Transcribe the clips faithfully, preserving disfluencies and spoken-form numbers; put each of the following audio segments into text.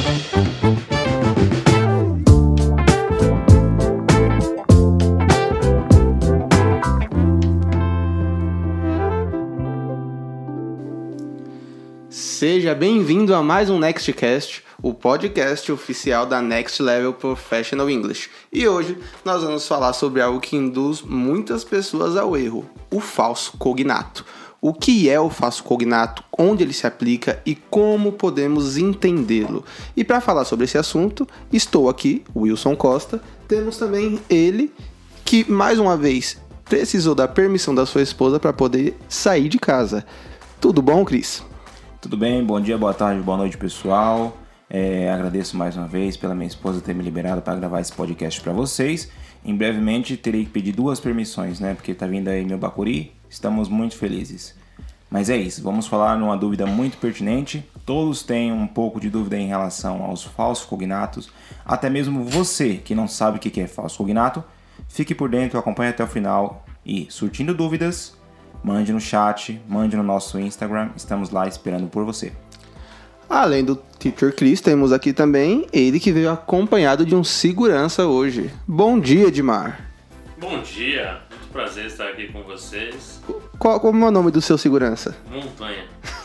Seja bem-vindo a mais um NextCast, o podcast oficial da Next Level Professional English. E hoje nós vamos falar sobre algo que induz muitas pessoas ao erro, o falso cognato. O que é o falso cognato, onde ele se aplica e como podemos entendê-lo. E para falar sobre esse assunto, estou aqui, Wilson Costa. Temos também ele, que mais uma vez precisou da permissão da sua esposa para poder sair de casa. Tudo bom, Cris? Tudo bem, bom dia, boa tarde, boa noite, pessoal. É, agradeço mais uma vez pela minha esposa ter me liberado para gravar esse podcast para vocês. Em brevemente terei que pedir duas permissões, né? Porque tá vindo aí meu bacuri. Estamos muito felizes. Mas é isso, vamos falar numa dúvida muito pertinente. Todos têm um pouco de dúvida em relação aos falsos cognatos. Até mesmo você que não sabe o que é falso cognato, fique por dentro, acompanhe até o final e, surtindo dúvidas, mande no chat, mande no nosso Instagram, estamos lá esperando por você. Além do Teacher Chris, temos aqui também ele que veio acompanhado de um segurança hoje. Bom dia, Edmar. Bom dia, muito prazer estar aqui com vocês. Qual, como é o nome do seu segurança? Montanha.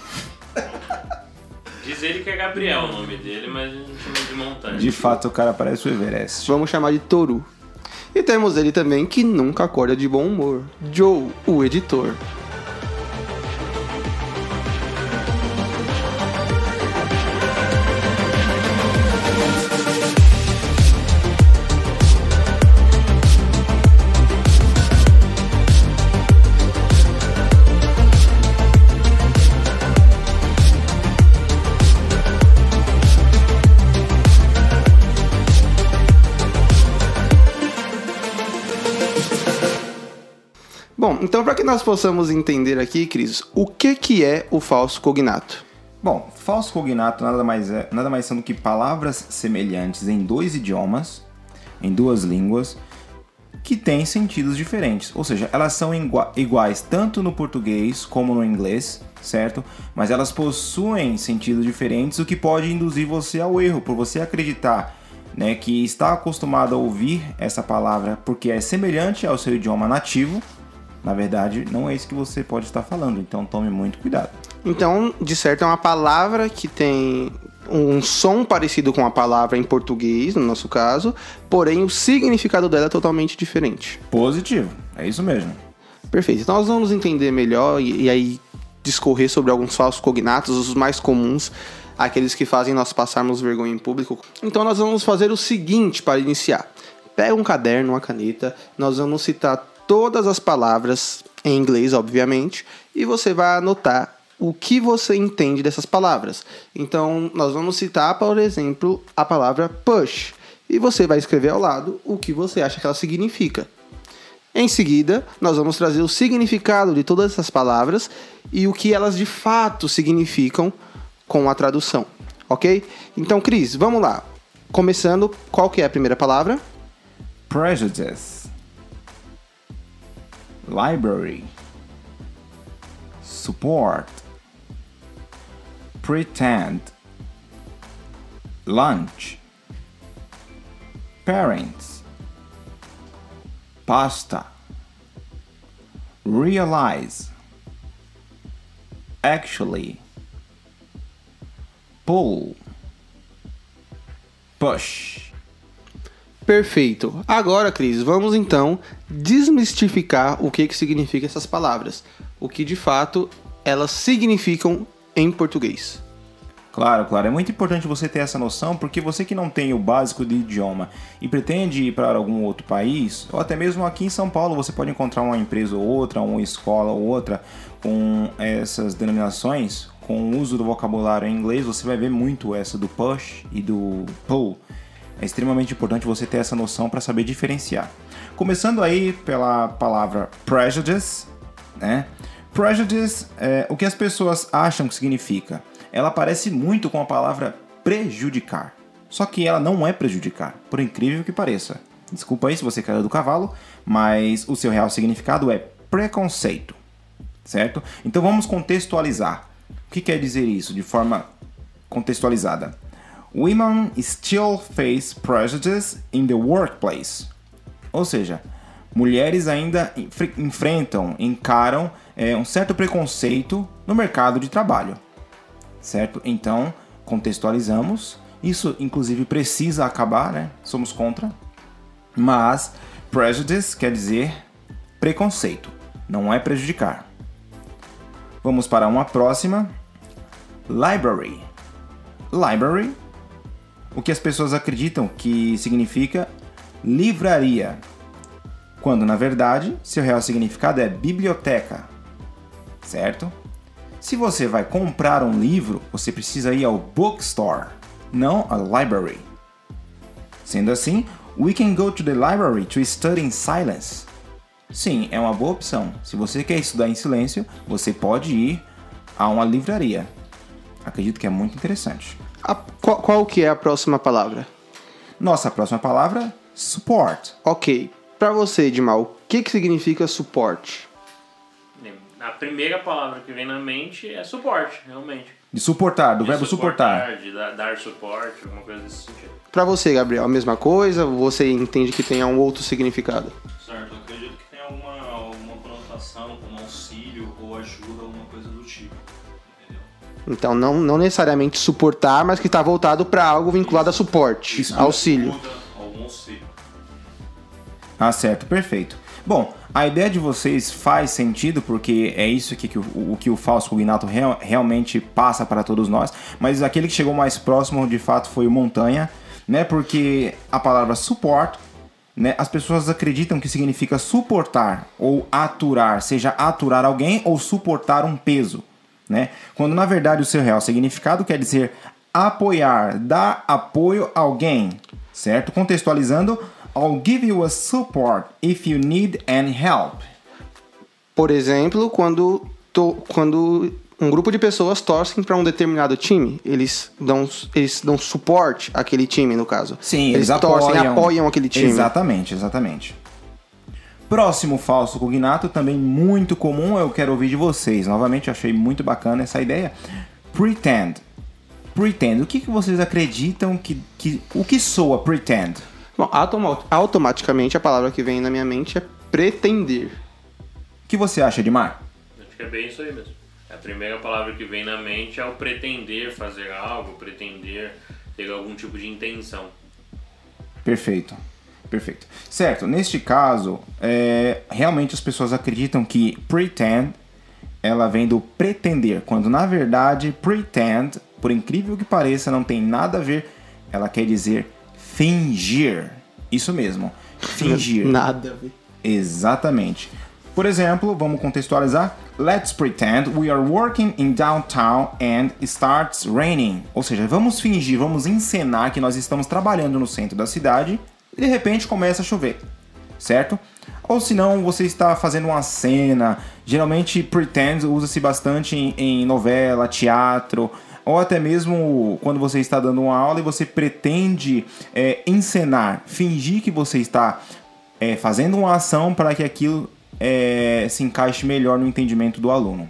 Diz ele que é Gabriel o nome dele, mas a gente chama de Montanha. De fato, o cara parece o Everest. Vamos chamar de Toru. E temos ele também que nunca acorda de bom humor, Joe, o editor. Bom, então para que nós possamos entender aqui, Cris, o que, que é o falso cognato? Bom, falso cognato nada mais, é, nada mais são do que palavras semelhantes em dois idiomas, em duas línguas, que têm sentidos diferentes. Ou seja, elas são igua- iguais tanto no português como no inglês, certo? Mas elas possuem sentidos diferentes, o que pode induzir você ao erro, por você acreditar, né, que está acostumado a ouvir essa palavra porque é semelhante ao seu idioma nativo. Na verdade, não é isso que você pode estar falando, então tome muito cuidado. Então, de certo, é uma palavra que tem um som parecido com a palavra em português, no nosso caso, porém o significado dela é totalmente diferente. Positivo, é isso mesmo. Perfeito. Então nós vamos entender melhor e, e aí discorrer sobre alguns falsos cognatos, os mais comuns, aqueles que fazem nós passarmos vergonha em público. Então nós vamos fazer o seguinte para iniciar. Pega um caderno, uma caneta, nós vamos citar todas as palavras em inglês, obviamente, e você vai anotar o que você entende dessas palavras. Então, nós vamos citar, por exemplo, a palavra push, e você vai escrever ao lado o que você acha que ela significa. Em seguida, nós vamos trazer o significado de todas essas palavras e o que elas de fato significam com a tradução, ok? Então, Cris, vamos lá. Começando, qual que é a primeira palavra? Prejudice. Library, support, pretend, lunch, parents, pasta, realize, actually, pull, push. Perfeito. Agora, Cris, vamos então desmistificar o que, que significa essas palavras. O que, de fato, elas significam em português. Claro, claro. É muito importante você ter essa noção, porque você que não tem o básico de idioma e pretende ir para algum outro país, ou até mesmo aqui em São Paulo, você pode encontrar uma empresa ou outra, uma escola ou outra, com essas denominações, com o uso do vocabulário em inglês, você vai ver muito essa do push e do pull. É extremamente importante você ter essa noção para saber diferenciar. Começando aí pela palavra prejudice, né? Prejudice, é, o que as pessoas acham que significa? Ela parece muito com a palavra prejudicar. Só que ela não é prejudicar, por incrível que pareça. Desculpa aí se você caiu do cavalo, mas o seu real significado é preconceito, certo? Então vamos contextualizar. O que quer dizer isso de forma contextualizada? Women still face prejudice in the workplace. Ou seja, mulheres ainda enfre- enfrentam, encaram é, um certo preconceito no mercado de trabalho. Certo? Então, contextualizamos. Isso, inclusive, precisa acabar, né? Somos contra. Mas prejudice quer dizer preconceito. Não é prejudicar. Vamos para uma próxima. Library. Library. O que as pessoas acreditam que significa livraria. Quando, na verdade, seu real significado é biblioteca. Certo? Se você vai comprar um livro, você precisa ir ao bookstore, não a library. Sendo assim, we can go to the library to study in silence. Sim, é uma boa opção. Se você quer estudar em silêncio, você pode ir a uma livraria. Acredito que é muito interessante. A, qual, qual que é a próxima palavra? Nossa próxima palavra, support. Ok. Para você, Edmar, o que, que significa suporte? A primeira palavra que vem na mente é suporte, realmente. De suportar, do de verbo suportar. De dar, dar suporte, alguma coisa desse sentido. Para você, Gabriel, a mesma coisa? Você entende que tem um outro significado? Certo, eu acredito que tem alguma, alguma conotação como auxílio ou ajuda, alguma coisa do tipo. Entendeu? Então, não, não necessariamente suportar, mas que está voltado para algo vinculado a suporte, Isso. auxílio. Ajuda, algum auxílio. Ah, certo, perfeito. Bom, a ideia de vocês faz sentido, porque é isso aqui que o, o que o falso cognato real, realmente passa para todos nós, mas aquele que chegou mais próximo, de fato, foi o Montanha, né? Porque a palavra support, né, as pessoas acreditam que significa suportar ou aturar, seja aturar alguém ou suportar um peso, né? Quando, na verdade, o seu real significado quer dizer apoiar, dar apoio a alguém, certo? Contextualizando, I'll give you a support if you need any help. Por exemplo, quando, to, quando um grupo de pessoas torcem para um determinado time, eles dão, eles dão suporte àquele time, no caso. Sim, eles, eles torcem, apoiam, apoiam aquele time. Exatamente, exatamente. Próximo falso cognato, também muito comum, eu quero ouvir de vocês. Novamente, achei muito bacana essa ideia. Pretend. Pretend. O que, que vocês acreditam que, que... O que soa pretend? Bom, automa- automaticamente a palavra que vem na minha mente é pretender. O que você acha, Edmar? Acho que é bem isso aí mesmo. A primeira palavra que vem na mente é o pretender fazer algo, pretender ter algum tipo de intenção. Perfeito, perfeito. Certo, neste caso, é, realmente as pessoas acreditam que pretend, ela vem do pretender, quando na verdade pretend, por incrível que pareça, não tem nada a ver, ela quer dizer fingir. Isso mesmo, fingir. Nada a ver. Exatamente. Por exemplo, vamos contextualizar. Let's pretend we are working in downtown and starts raining. Ou seja, vamos fingir, vamos encenar que nós estamos trabalhando no centro da cidade e de repente começa a chover, certo? Ou se não, você está fazendo uma cena. Geralmente pretend usa-se bastante em, em novela, teatro, ou até mesmo quando você está dando uma aula e você pretende é, encenar, fingir que você está é, fazendo uma ação para que aquilo é, se encaixe melhor no entendimento do aluno.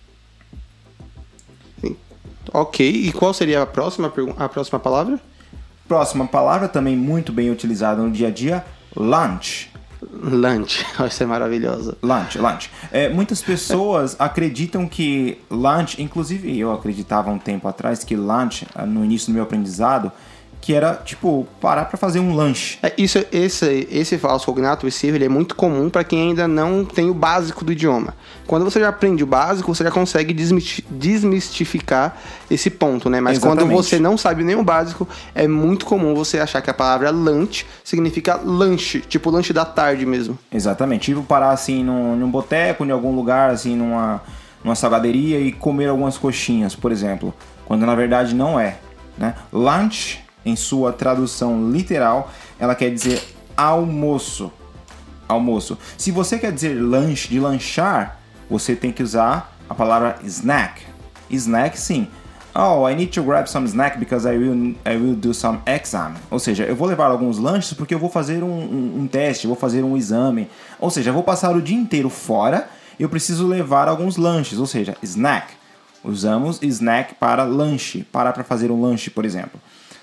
Sim. Ok, e qual seria a próxima, pergun- a próxima palavra? Próxima palavra, também muito bem utilizada no dia a dia, lunch. Lunch. Isso é maravilhoso. Lunch, lunch. É, muitas pessoas acreditam que lunch, inclusive eu acreditava um tempo atrás que lunch, no início do meu aprendizado, que era, tipo, parar para fazer um lanche. É, isso, esse, esse falso cognato, esse erro, ele é muito comum para quem ainda não tem o básico do idioma. Quando você já aprende o básico, você já consegue desmisti- desmistificar esse ponto, né? Mas Exatamente. quando você não sabe nem o básico, é muito comum você achar que a palavra lunch significa lanche, tipo lanche da tarde mesmo. Exatamente. Tipo, parar, assim, num, num boteco, em algum lugar, assim, numa, numa salgaderia e comer algumas coxinhas, por exemplo. Quando, na verdade, não é, né? Lunch, em sua tradução literal, ela quer dizer almoço. Almoço. Se você quer dizer lanche, de lanchar, você tem que usar a palavra snack. Snack, sim. Oh, I need to grab some snack because I will, I will do some exam. Ou seja, eu vou levar alguns lanches porque eu vou fazer um, um, um teste, vou fazer um exame. Ou seja, eu vou passar o dia inteiro fora e eu preciso levar alguns lanches. Ou seja, snack. Usamos snack para lanche, parar para fazer um lanche, por exemplo.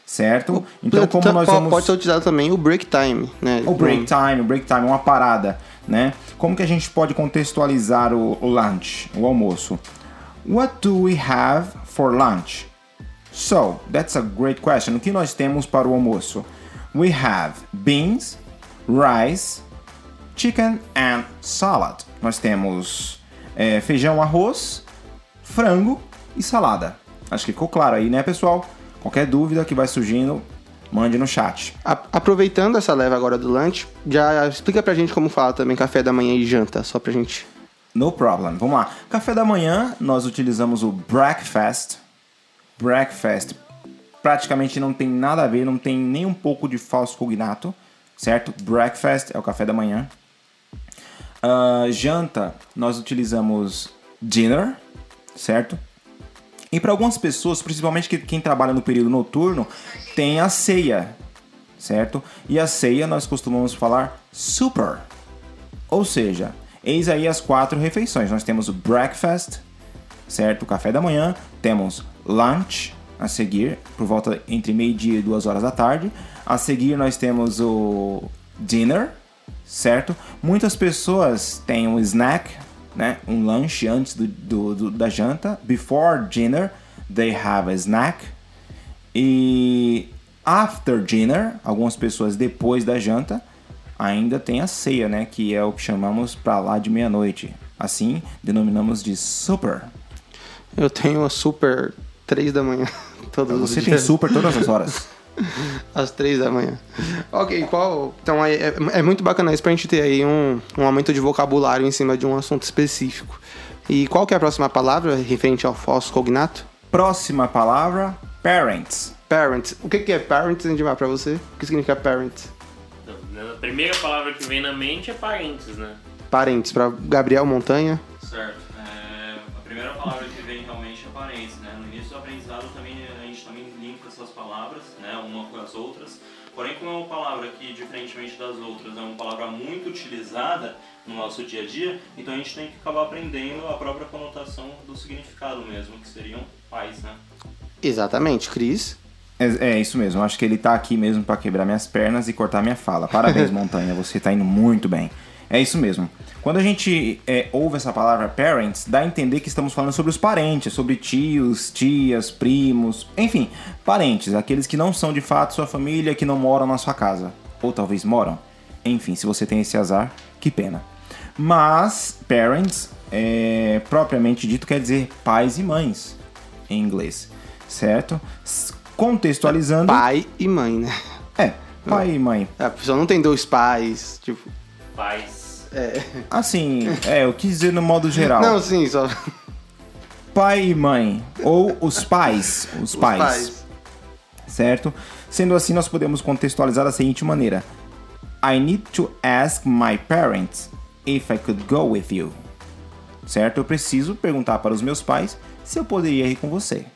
certo? Então, como nós vamos... Pode ser utilizado também o break time, né? O break time, o break time, uma parada, né? Como que a gente pode contextualizar o, o lunch, o almoço? What do we have for lunch? So, that's a great question. O que nós temos para o almoço? We have beans, rice, chicken and salad. Nós temos é, feijão, arroz, frango e salada. Acho que ficou claro aí, né, pessoal? Qualquer dúvida que vai surgindo, mande no chat. A- aproveitando essa leva agora do lunch, já explica pra gente como fala também café da manhã e janta, só pra gente... No problem. Vamos lá. Café da manhã, nós utilizamos o breakfast. Breakfast praticamente não tem nada a ver, não tem nem um pouco de falso cognato, certo? Breakfast é o café da manhã. Uh, janta, nós utilizamos dinner, certo? E para algumas pessoas, principalmente quem trabalha no período noturno, tem a ceia, certo? E a ceia nós costumamos falar supper. Ou seja, eis aí as quatro refeições. Nós temos o breakfast, certo? O café da manhã. Temos lunch a seguir, por volta entre meio-dia e duas horas da tarde. A seguir nós temos o dinner, certo? Muitas pessoas têm um snack, né? Um lanche antes do, do, do, da janta. Before dinner, they have a snack. E after dinner, algumas pessoas depois da janta, ainda tem a ceia, né? Que é o que chamamos pra lá de meia-noite. Assim, denominamos de super. Eu tenho a super três da manhã. Todos Você os tem dias. super todas as horas. Às três da manhã. Ok, qual... Então é, é, é muito bacana isso pra gente ter aí um, um aumento de vocabulário em cima de um assunto específico. E qual que é a próxima palavra referente ao falso cognato? Próxima palavra, parents. Parents. O que que é parents, Edmar, pra você? O que significa parents? A primeira palavra que vem na mente é parentes, né? Parentes, pra Gabriel Montanha. Certo. É, a primeira palavra que vem realmente é parentes, né? No início do aprendizado também a gente também limpa essas palavras, né? Uma com as outras. Porém, como é uma palavra que, diferentemente das outras, é uma palavra muito utilizada no nosso dia a dia, então a gente tem que acabar aprendendo a própria conotação do significado mesmo, que seriam pais, né? Exatamente, Cris. É, é isso mesmo, acho que ele tá aqui mesmo pra quebrar minhas pernas e cortar minha fala. Parabéns, Montanha, você tá indo muito bem. É isso mesmo. Quando a gente é, ouve essa palavra parents, dá a entender que estamos falando sobre os parentes, sobre tios, tias, primos, enfim, parentes, aqueles que não são de fato sua família, que não moram na sua casa. Ou talvez moram. Enfim, se você tem esse azar, que pena. Mas parents, é, propriamente dito, quer dizer pais e mães, em inglês, certo? Contextualizando... Pai e mãe, né? É, pai e mãe. A pessoa não tem dois pais, tipo... Pais. É. Assim, é, eu quis dizer no modo geral. Não, sim, só... Pai e mãe, ou os pais, os, Os pais, pais. certo? Sendo assim, nós podemos contextualizar da seguinte maneira. I need to ask my parents if I could go with you. Certo? Eu preciso perguntar para os meus pais se eu poderia ir com você.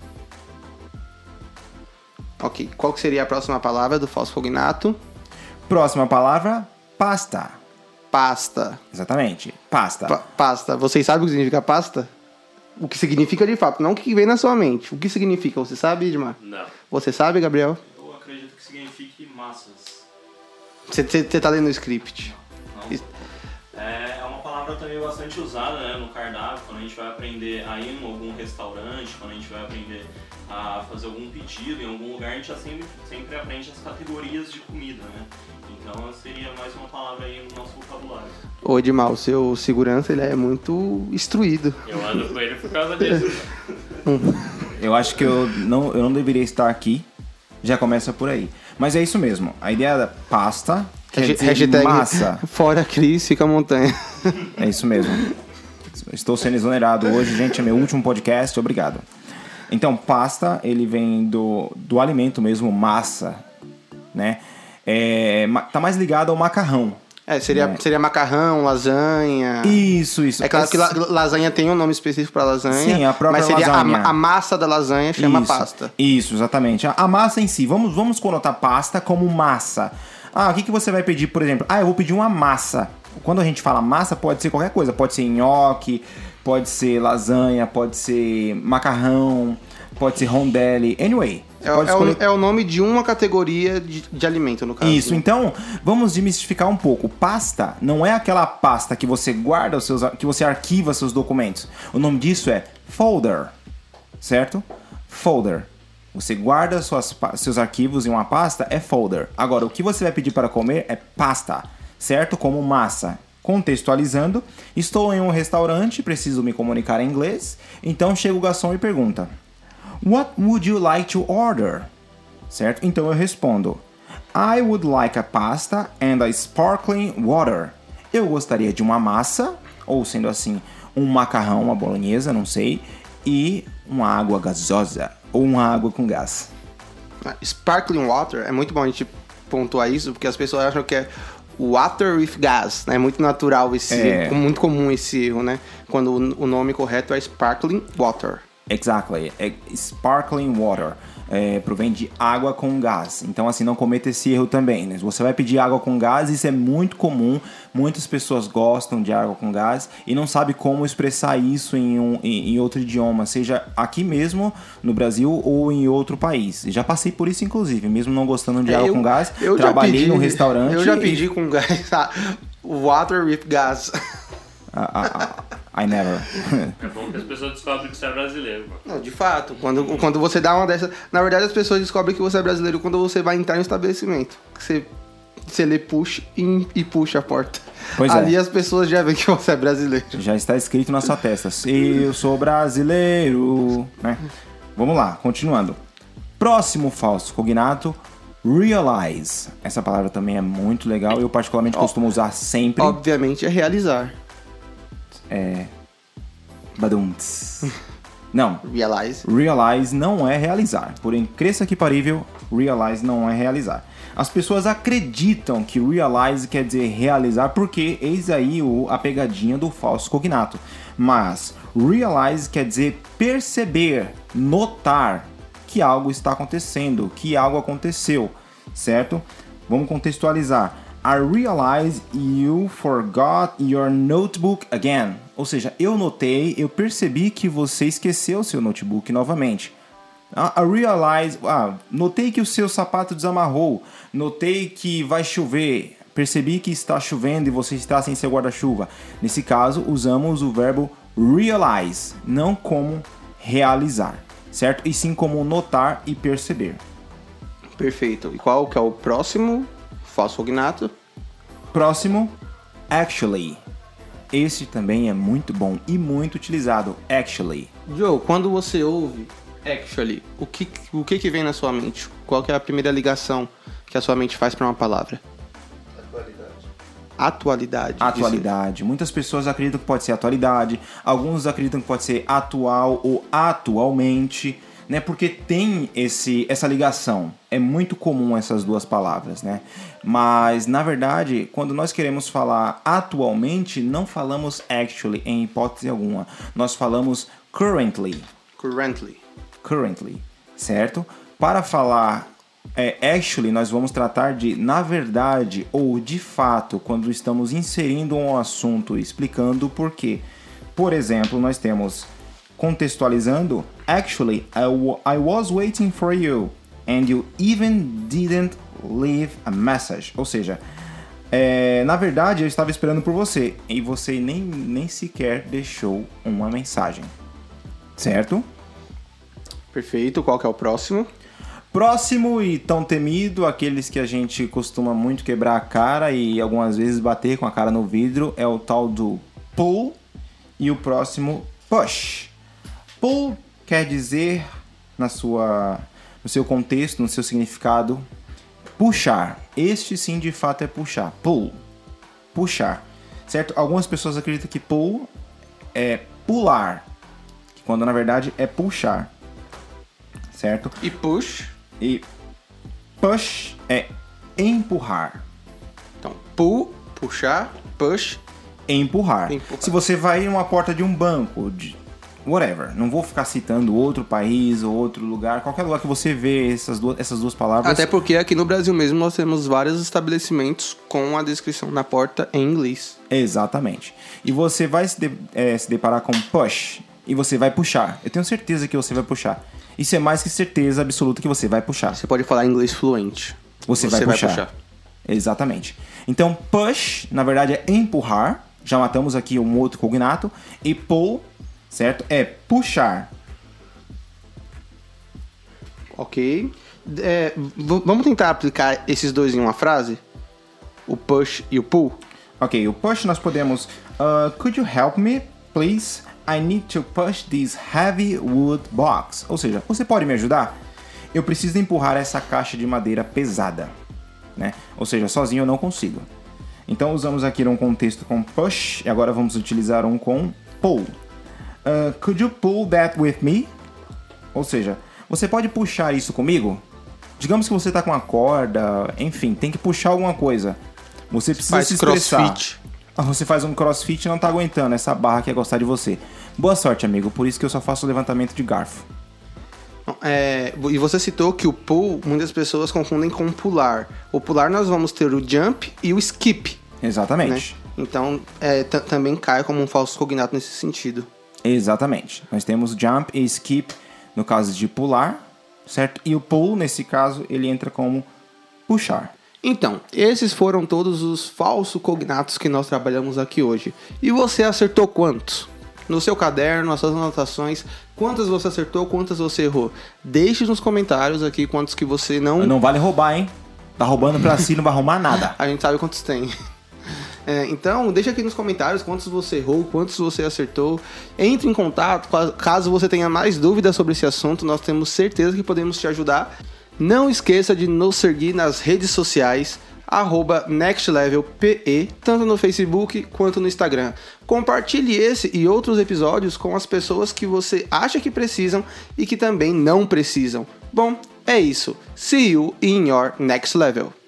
Ok, qual que seria a próxima palavra do falso cognato? Próxima palavra, pasta. Pasta. Exatamente, pasta. Pa- pasta. Vocês sabem o que significa pasta? O que significa de fato, não o que vem na sua mente. O que significa, você sabe, Edmar? Não. Você sabe, Gabriel? Eu acredito que signifique massas. Você tá lendo o script. Não? Isso. É, é uma palavra também bastante usada, né, no cardápio, quando a gente vai aprender a ir em algum restaurante, quando a gente vai aprender a fazer algum pedido em algum lugar, a gente já sempre, sempre aprende as categorias de comida, né? Então seria mais uma palavra aí no nosso vocabulário. Ô, Edmar, o seu segurança, ele é muito instruído. Eu ando com ele por causa disso. Eu acho que eu não, eu não deveria estar aqui. Já começa por aí. Mas é isso mesmo. A ideia da pasta quer dizer Hashtag massa. Fora Cris, fica a montanha. É isso mesmo. Estou sendo exonerado hoje, gente. É meu último podcast. Obrigado. Então, pasta, ele vem do, do alimento mesmo, massa, né? É, ma- tá mais ligado ao macarrão. É, seria, É. seria macarrão, lasanha. Isso, isso. É claro que la- lasanha tem um nome específico pra lasanha. Sim, a própria mas seria a, lasanha. ma- a massa da lasanha chama Isso, pasta. Isso, exatamente. A, a massa em si, vamos, vamos conotar pasta como massa. Ah, o que, que você vai pedir, por exemplo? Ah, eu vou pedir uma massa. Quando a gente fala massa, pode ser qualquer coisa. Pode ser nhoque, pode ser lasanha, pode ser macarrão, pode ser rondelli. Anyway, É, é, o, é o nome de uma categoria de, de alimento, no caso. Isso, então vamos desmistificar um pouco. Pasta não é aquela pasta que você guarda os seus, que você arquiva seus documentos. O nome disso é folder, certo? Folder. Você guarda suas, seus arquivos em uma pasta, é folder. Agora, o que você vai pedir para comer é pasta, certo? Como massa. Contextualizando, estou em um restaurante, preciso me comunicar em inglês, então chega o garçom e pergunta: What would you like to order? Certo? Então eu respondo: I would like a pasta and a sparkling water. Eu gostaria de uma massa, ou sendo assim, um macarrão, uma bolonhesa, não sei, e uma água gasosa, ou uma água com gás. Sparkling water, é muito bom a gente pontuar isso, porque as pessoas acham que é water with gas, né? É muito natural esse, é. muito comum esse erro, né? Quando o nome correto é sparkling water. Exactly, é sparkling water. É, provém de água com gás. Então, assim, não cometa esse erro também, né? Você vai pedir água com gás, isso é muito comum. Muitas pessoas gostam de água com gás e não sabem como expressar isso em, um, em, em outro idioma, seja aqui mesmo no Brasil ou em outro país. Já passei por isso, inclusive, mesmo não gostando de é, água eu, com gás. Eu trabalhei pedi, num restaurante. Eu já pedi e... com gás. Water with gas. Ah, ah, ah. I never. É bom que as pessoas descobrem que você é brasileiro. Mano. Não, de fato. Quando, quando você dá uma dessas... Na verdade, as pessoas descobrem que você é brasileiro quando você vai entrar em um estabelecimento. Que você, você lê push e, e puxa a porta. Pois Ali é. as pessoas já veem que você é brasileiro. Já está escrito na sua testa. Eu sou brasileiro. Né? Vamos lá, continuando. Próximo falso cognato. Realize. Essa palavra também é muito legal. Eu particularmente costumo usar sempre. Obviamente é realizar. É... Badumts. Não. Realize. Realize não é realizar. Porém, cresça que parível, realize não é realizar. As pessoas acreditam que realize quer dizer realizar porque eis aí o, a pegadinha do falso cognato. Mas realize quer dizer perceber, notar que algo está acontecendo, que algo aconteceu, certo? Vamos contextualizar. I realize you forgot your notebook again. Ou seja, eu notei, eu percebi que você esqueceu seu notebook novamente. I realize, ah, notei que o seu sapato desamarrou. Notei que vai chover. Percebi que está chovendo e você está sem seu guarda-chuva. Nesse caso, usamos o verbo realize, não como realizar, certo? E sim como notar e perceber. Perfeito. E qual que é o próximo falso cognato? Próximo, actually. Esse também é muito bom e muito utilizado, actually. Joe, quando você ouve actually, o que, o que que vem na sua mente? Qual que é a primeira ligação que a sua mente faz para uma palavra? Atualidade. Atualidade. Atualidade. Dizer. Muitas pessoas acreditam que pode ser atualidade, alguns acreditam que pode ser atual ou atualmente, né? Porque tem esse, essa ligação. É muito comum essas duas palavras, né? Mas, na verdade, quando nós queremos falar atualmente, não falamos actually em hipótese alguma. Nós falamos currently. Currently. Currently, certo? Para falar é, actually, nós vamos tratar de na verdade ou de fato, quando estamos inserindo um assunto, explicando o porquê. Por exemplo, nós temos... Contextualizando, actually, I, w- I was waiting for you and you even didn't leave a message. Ou seja, é, na verdade eu estava esperando por você e você nem, nem sequer deixou uma mensagem. Certo? Perfeito. Qual que é o próximo? Próximo e tão temido, aqueles que a gente costuma muito quebrar a cara e algumas vezes bater com a cara no vidro, é o tal do pull e o próximo push. Pull quer dizer, na sua, no seu contexto, no seu significado, puxar. Este sim, de fato, é puxar. Pull. Puxar. Certo? Algumas pessoas acreditam que pull é pular, quando na verdade é puxar. Certo? E push? E push é empurrar. Então, pull, puxar, push, empurrar. empurrar. Se você vai em uma porta de um banco, de whatever, não vou ficar citando outro país ou outro lugar, qualquer lugar que você vê essas duas, essas duas palavras. Até porque aqui no Brasil mesmo nós temos vários estabelecimentos com a descrição na porta em inglês. Exatamente. E você vai se, de, é, se deparar com push e você vai puxar. Eu tenho certeza que você vai puxar. Isso é mais que certeza absoluta que você vai puxar. Você pode falar inglês fluente. Você, Você vai, vai puxar. puxar. Exatamente. Então, push, na verdade, é empurrar. Já matamos aqui um outro cognato. E pull, certo? É puxar. Ok. É, v- vamos tentar aplicar esses dois em uma frase? O push e o pull? Ok, o push nós podemos... Uh, could you help me, please? I need to push this heavy wood box. Ou seja, você pode me ajudar? Eu preciso empurrar essa caixa de madeira pesada. Né? Ou seja, sozinho eu não consigo. Então usamos aqui um contexto com push e agora vamos utilizar um com pull. Uh, could you pull that with me? Ou seja, você pode puxar isso comigo? Digamos que você está com uma corda, enfim, tem que puxar alguma coisa. Você precisa Faz se expressar. crossfit. Você faz um crossfit e não está aguentando, essa barra quer gostar de você. Boa sorte, amigo, por isso que eu só faço levantamento de garfo. É, e você citou que o pull, muitas pessoas confundem com pular. O pular nós vamos ter o jump e o skip, né? Exatamente. Então é, t- também cai como um falso cognato nesse sentido. Exatamente. Nós temos jump e skip no caso de pular, certo? E o pull, nesse caso, ele entra como puxar. Então, esses foram todos os falsos cognatos que nós trabalhamos aqui hoje. E você acertou quantos? No seu caderno, nas suas anotações, quantas você acertou, quantas você errou? Deixe nos comentários aqui quantos que você não... Não vale roubar, hein? Tá roubando pra si, não vai arrumar nada. A gente sabe quantos tem. É, então, deixa aqui nos comentários quantos você errou, quantos você acertou. Entre em contato, caso você tenha mais dúvidas sobre esse assunto, nós temos certeza que podemos te ajudar. Não esqueça de nos seguir nas redes sociais, arroba nextlevelpe, tanto no Facebook quanto no Instagram. Compartilhe esse e outros episódios com as pessoas que você acha que precisam e que também não precisam. Bom, é isso. See you in your next level.